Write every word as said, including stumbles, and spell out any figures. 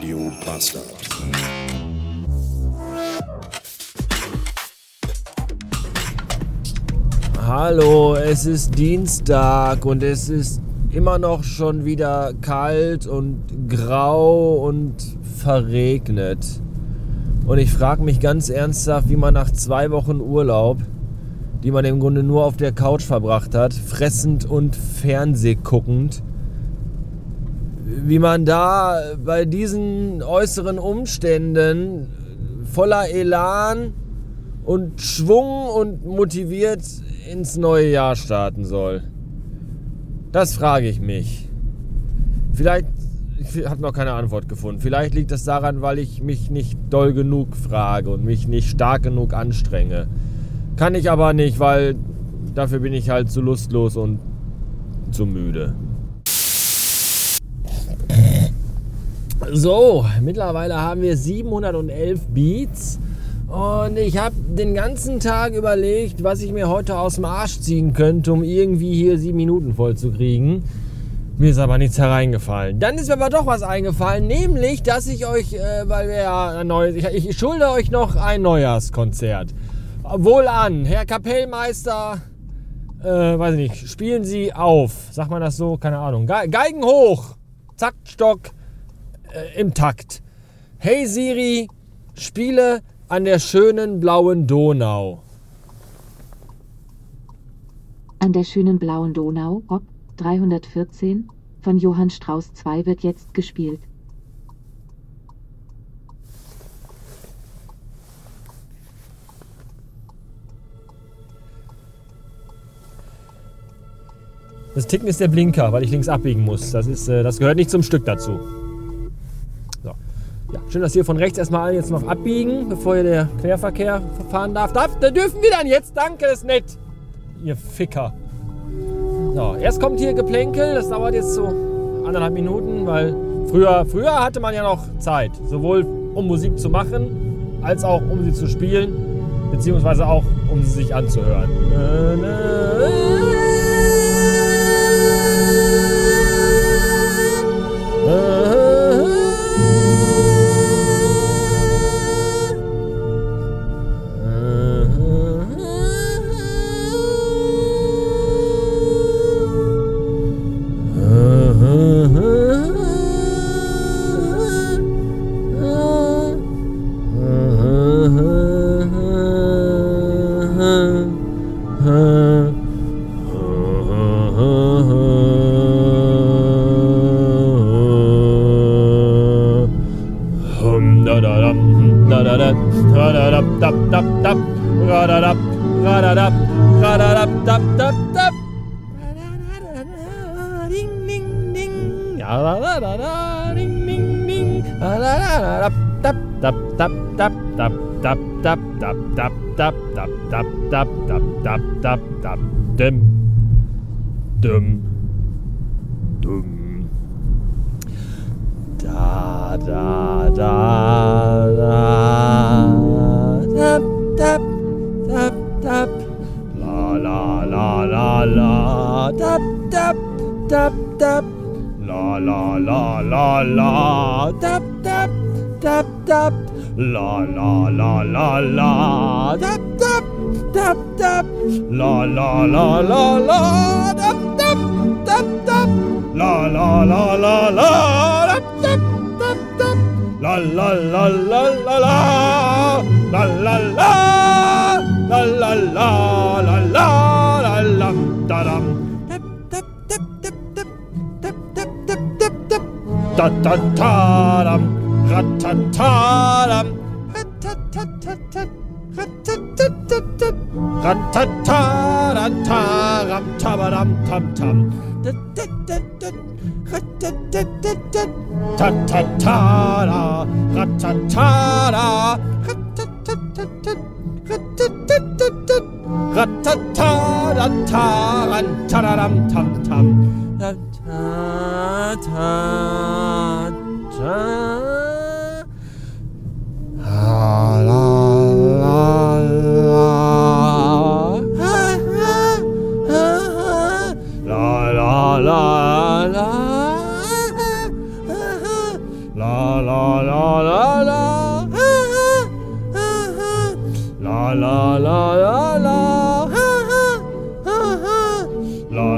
Radio Bastard. Hallo, es ist Dienstag und es ist immer noch schon wieder kalt und grau und verregnet. Und ich frage mich ganz ernsthaft, wie man nach zwei Wochen Urlaub, die man im Grunde nur auf der Couch verbracht hat, fressend und Fernseh guckend, wie man da bei diesen äußeren Umständen voller Elan und Schwung und motiviert ins neue Jahr starten soll. Das frage ich mich. Vielleicht, ich habe noch keine Antwort gefunden. Vielleicht liegt es daran, weil ich mich nicht doll genug frage und mich nicht stark genug anstrenge. Kann ich aber nicht, weil dafür bin ich halt zu lustlos und zu müde. So, mittlerweile haben wir siebenhundertelf Beats und ich habe den ganzen Tag überlegt, was ich mir heute aus dem Arsch ziehen könnte, um irgendwie hier sieben Minuten voll zu kriegen. Mir ist aber nichts hereingefallen. Dann ist mir aber doch was eingefallen, nämlich, dass ich euch, äh, weil wir ja ein neues, ich, ich schulde euch noch ein Neujahrskonzert. Wohlan, Herr Kapellmeister, äh, weiß ich nicht, spielen Sie auf, sagt man das so, keine Ahnung, Ge- Geigen hoch, Taktstock äh, im Takt. Hey Siri, spiele an der schönen blauen Donau. An der schönen blauen Donau, Op. dreihundertvierzehn, von Johann Strauss der Zweite wird jetzt gespielt. Das Ticken ist der Blinker, weil ich links abbiegen muss. Das, ist, äh, das gehört nicht zum Stück dazu. So. Ja, schön, dass ihr von rechts erstmal alle jetzt noch abbiegen, bevor hier der Querverkehr fahren darf. Darf da dürfen wir dann jetzt? Danke, das ist nett. Ihr Ficker. So, erst kommt hier Geplänkel. Das dauert jetzt so anderthalb Minuten, weil früher, früher hatte man ja noch Zeit. Sowohl um Musik zu machen, als auch um sie zu spielen, beziehungsweise auch um sie sich anzuhören. Äh, äh, Da, da, da, da, dab, dab, dab, dab, la, la, la, la, la, dab, dab, dab, dab, la, la, la, la, la, dab, dab, dab, dab, la, la, la, la, la, dab, dab, dab, dab, la, la, la, la, la, dab, dab, dab, dab, la, la, la, la, la, dab, dab. La la la la la la la la la la la la la la la la da dam da da da dam ratatadam ratatataram tabadam tam tam ta-ta-ta-ra, ra-ta-ta-ra, ra-ta-ta-ra-ta-ran-ta-ra-ram-tam-tam. Ta-ta-ta-ta. La-la-la. La-la-la. La la